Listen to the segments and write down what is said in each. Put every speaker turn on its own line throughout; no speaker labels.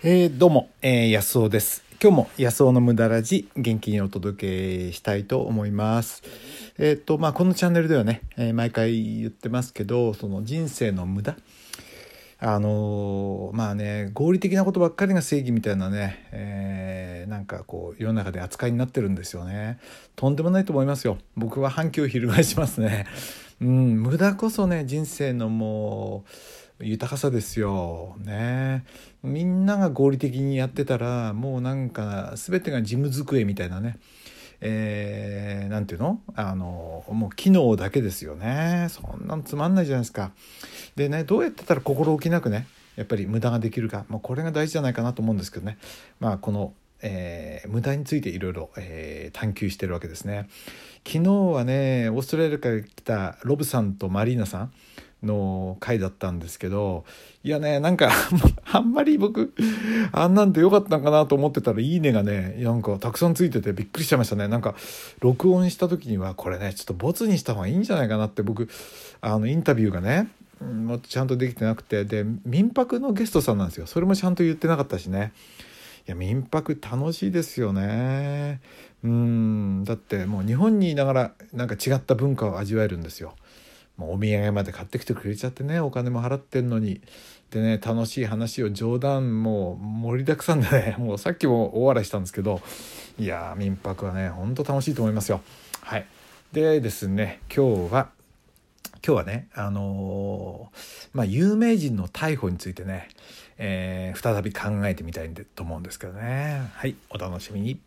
どうも、安尾です。今日も安尾の無駄ラジ元気にお届けしたいと思います。このチャンネルではね、毎回言ってますけど、その人生の無駄、合理的なことばっかりが正義みたいなね、なんかこう世の中で扱いになってるんですよね。とんでもないと思いますよ。僕は反響を翻しますね。無駄こそね、人生のもう豊かさですよね。みんなが合理的にやってたらもうなんか全てが事務机みたいなね、なんていうの、もう機能だけですよね。そんなのつまんないじゃないですか。でね、どうやってたら心置きなくね、やっぱり無駄ができるか、これが大事じゃないかなと思うんですけどね。この無駄についていろいろ探求してるわけですね。昨日はね、オーストラリアから来たロブさんとマリーナさんの回だったんですけど、いやね、なんかあんまり僕あんなんでよかったのかなと思ってたら、いいねがねなんかたくさんついててびっくりしちゃいましたね。なんか録音した時にはこれねちょっとボツにした方がいいんじゃないかなって、僕インタビューがねもっとちゃんとできてなくて、で民泊のゲストさんなんですよ。それもちゃんと言ってなかったしね。いや民泊楽しいですよね。だってもう日本にいながらなんか違った文化を味わえるんですよ。もうお土産まで買ってきてくれちゃってね、お金も払ってんのに。でね、楽しい話を冗談も盛りだくさんでね、もうさっきも大笑いしたんですけど、いや民泊はねほんと楽しいと思いますよ。はい。でですね、今日はね有名人の逮捕についてね、再び考えてみたいと思うんですけどね。はい、お楽しみに。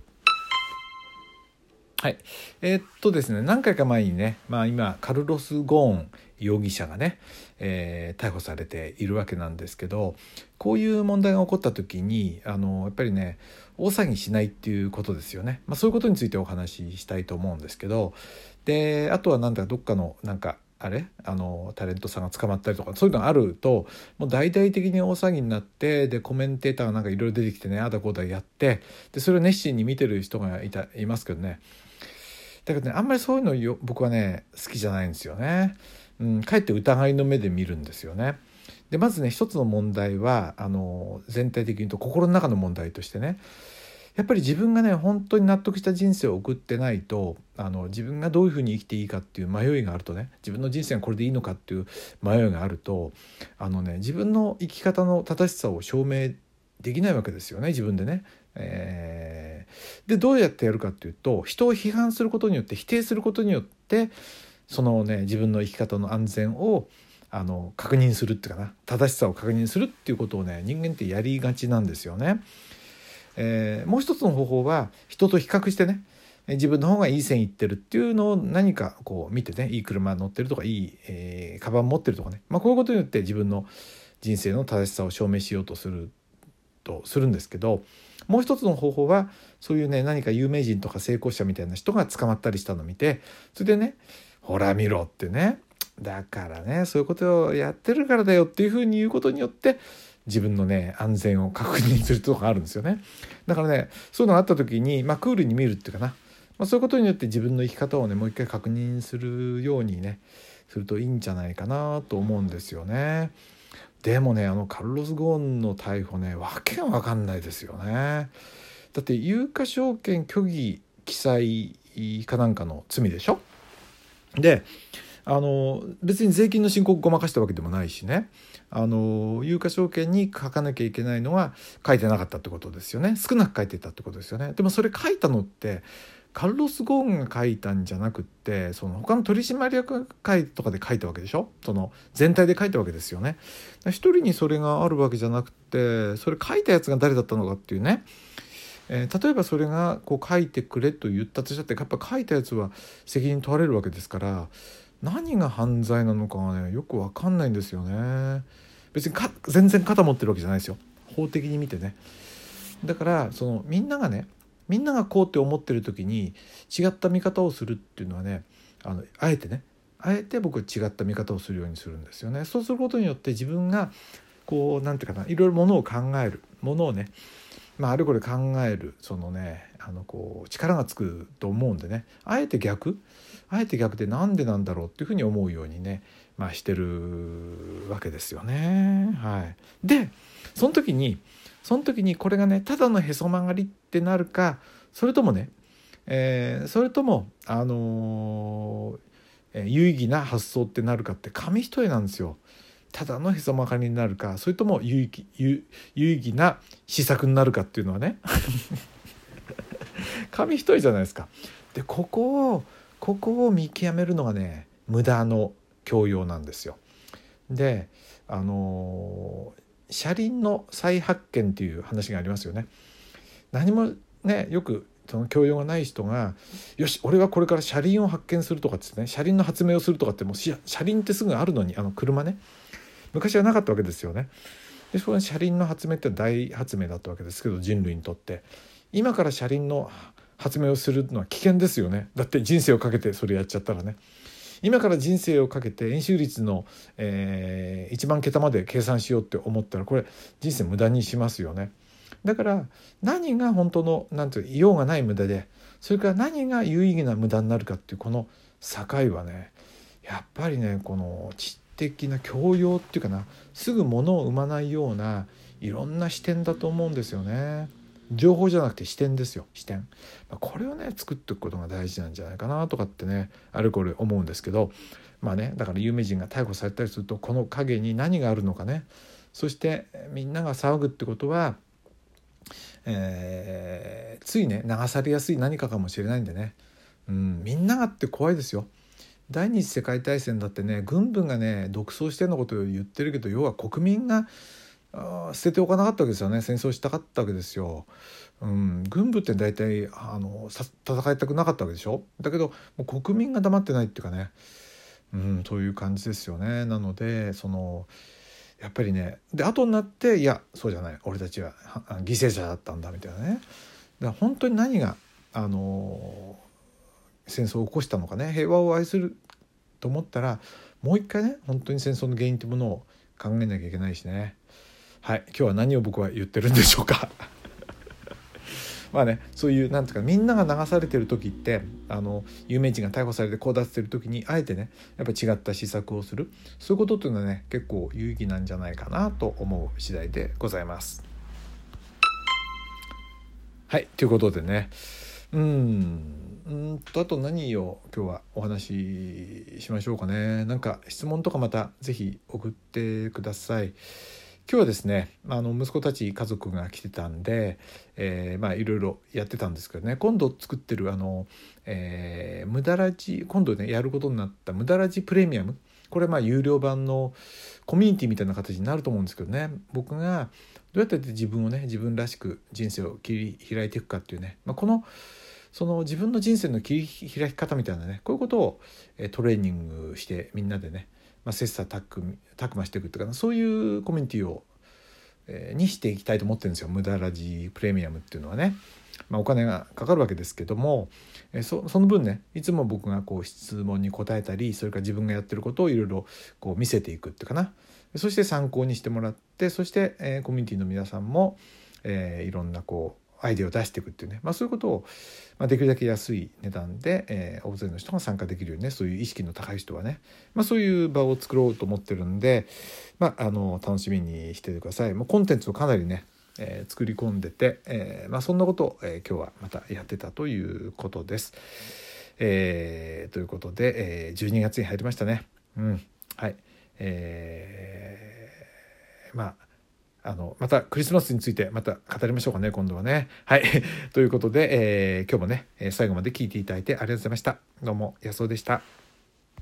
はい。ですね、何回か前にね、今カルロス・ゴーン容疑者がね、逮捕されているわけなんですけど、こういう問題が起こった時にやっぱりね大騒ぎしないっていうことですよね。そういうことについてお話ししたいと思うんですけど、であとはどっかのタレントさんが捕まったりとかそういうのがあると、もう大々的に大騒ぎになって、でコメンテーターがいろいろ出てきてね、あだこうだやって、でそれを熱心に見てる人がいますけどね。だけどね、あんまりそういうの僕はね好きじゃないんですよね。かえって疑いの目で見るんですよね。でまずね、一つの問題は全体的に言うと心の中の問題としてね、やっぱり自分がね本当に納得した人生を送ってないと、自分がどういうふうに生きていいかっていう迷いがあるとね、自分の人生がこれでいいのかっていう迷いがあると、自分の生き方の正しさを証明できないわけですよね、自分でね。でどうやってやるかっていうと、人を批判することによって、否定することによって、そのね自分の生き方の安全を確認するっていうかな、正しさを確認するっていうことをね、人間ってやりがちなんですよね。もう一つの方法は人と比較してね、自分の方がいい線いってるっていうのを何かこう見てね、いい車乗ってるとか、いい、カバン持ってるとかね、こういうことによって自分の人生の正しさを証明しようとするんですけど、もう一つの方法はそういうね、何か有名人とか成功者みたいな人が捕まったりしたのを見て、それでね、ほら見ろってね、だからねそういうことをやってるからだよっていうふうに言うことによって、自分のね安全を確認するとこがあるんですよね。だからね、そういうのがあった時に、クールに見るっていうかな、そういうことによって自分の生き方をねもう一回確認するようにねするといいんじゃないかなと思うんですよね。でもね、カルロス・ゴーンの逮捕ね、わけが分かんないですよね。だって有価証券虚偽記載かなんかの罪でしょ。で別に税金の申告ごまかしたわけでもないしね、有価証券に書かなきゃいけないのは書いてなかったってことですよね。少なく書いてたってことですよね。でもそれ書いたのってカルロス・ゴーンが書いたんじゃなくって、その他の取締役会とかで書いたわけでしょ。その全体で書いたわけですよね。一人にそれがあるわけじゃなくて、それ書いたやつが誰だったのかっていうね、例えばそれがこう書いてくれと言ったとしたって、やっぱ書いたやつは責任問われるわけですから、何が犯罪なのかがねよく分かんないんですよね。別に全然肩持ってるわけじゃないですよ、法的に見てね。だからみんながこうって思ってる時に違った見方をするっていうのはね、あえて僕は違った見方をするようにするんですよね。そうすることによって自分がこうなんていうかな、いろいろものを考えるものをね、あれこれ考えるこう力がつくと思うんでね、あえて逆でなんでなんだろうっていうふうに思うようにね、してるわけですよね。はい。でその時にその時にこれがねただのへそ曲がりってなるか、それともね、有意義な発想ってなるかって紙一重なんですよ。ただのへそ曲がりになるか、それとも有意義な施策になるかっていうのはね紙一重じゃないですか。でここを見極めるのがね無駄の教養なんですよ。で車輪の再発見っていう話がありますよね。何もねよくその教養がない人がよし俺はこれから車輪を発見するとかですね、車輪の発明をするとかって、もう車輪ってすぐあるのに、車ね昔はなかったわけですよね。でその車輪の発明って大発明だったわけですけど、人類にとって今から車輪の発明をするのは危険ですよね。だって人生をかけてそれやっちゃったらね、今から人生をかけて円周率の、1万桁まで計算しようって思ったら、これ人生無駄にしますよね。だから何が本当のなんていう用がない無駄で、それから何が有意義な無駄になるかっていうこの境はね、やっぱりねこの知的な教養っていうかな、すぐ物を生まないようないろんな視点だと思うんですよね。情報じゃなくて視点ですよ、視点。これをね作っていくことが大事なんじゃないかなとかってねあれこれ思うんですけど、だから有名人が逮捕されたりするとこの陰に何があるのかね、そしてみんなが騒ぐってことはついね流されやすい何かかもしれないんでね、みんながって怖いですよ。第二次世界大戦だってね軍部がね独走してのことを言ってるけど、要は国民が捨てておかなかったわけですよね。戦争したかったわけですよ。軍部って大体戦いたくなかったわけでしょ。だけどもう国民が黙ってないっていうかね、そういう感じですよね。なのでやっぱりねで後になっていやそうじゃない、俺たちは犠牲者だったんだみたいなね。だから本当に何が戦争を起こしたのかね、平和を愛すると思ったらもう一回ね本当に戦争の原因というものを考えなきゃいけないしね。はい、今日は何を僕は言ってるんでしょうかそういうなんていうか、みんなが流されてる時って有名人が逮捕されてこう出してる時にあえてねやっぱ違った施策をする、そういうことっていうのはね結構有意義なんじゃないかなと思う次第でございます。はい、ということでねあと何を今日はお話ししましょうかね。なんか質問とかまたぜひ送ってください。今日はですね息子たち家族が来てたんで、いろいろやってたんですけどね、今度作ってる無駄ラジ今度ねやることになった無駄ラジプレミアム、これ有料版のコミュニティみたいな形になると思うんですけどね、僕がどうやって自分をね自分らしく人生を切り開いていくかっていうね、その自分の人生の切り開き方みたいなね、こういうことをトレーニングしてみんなでね切磋琢磨していくっていうかな、そういうコミュニティを、にしていきたいと思ってるんですよ。無駄ラジプレミアムっていうのはね、お金がかかるわけですけども、その分ねいつも僕が質問に答えたり、それから自分がやってることをいろいろ見せていくっていうかな、そして参考にしてもらって、そして、コミュニティの皆さんも、いろんなアイデアを出していくっていうね、そういうことを、できるだけ安い値段で、大勢の人が参加できるようにね、そういう意識の高い人はね、そういう場を作ろうと思ってるんで、楽しみにしててください。もうコンテンツをかなりね、作り込んでて、そんなことを、今日はまたやってたということです。ということで、12月に入りましたね。はい。またクリスマスについてまた語りましょうかね、今度はね。はいということで、今日もね最後まで聞いていただいてありがとうございました。どうも安尾でした。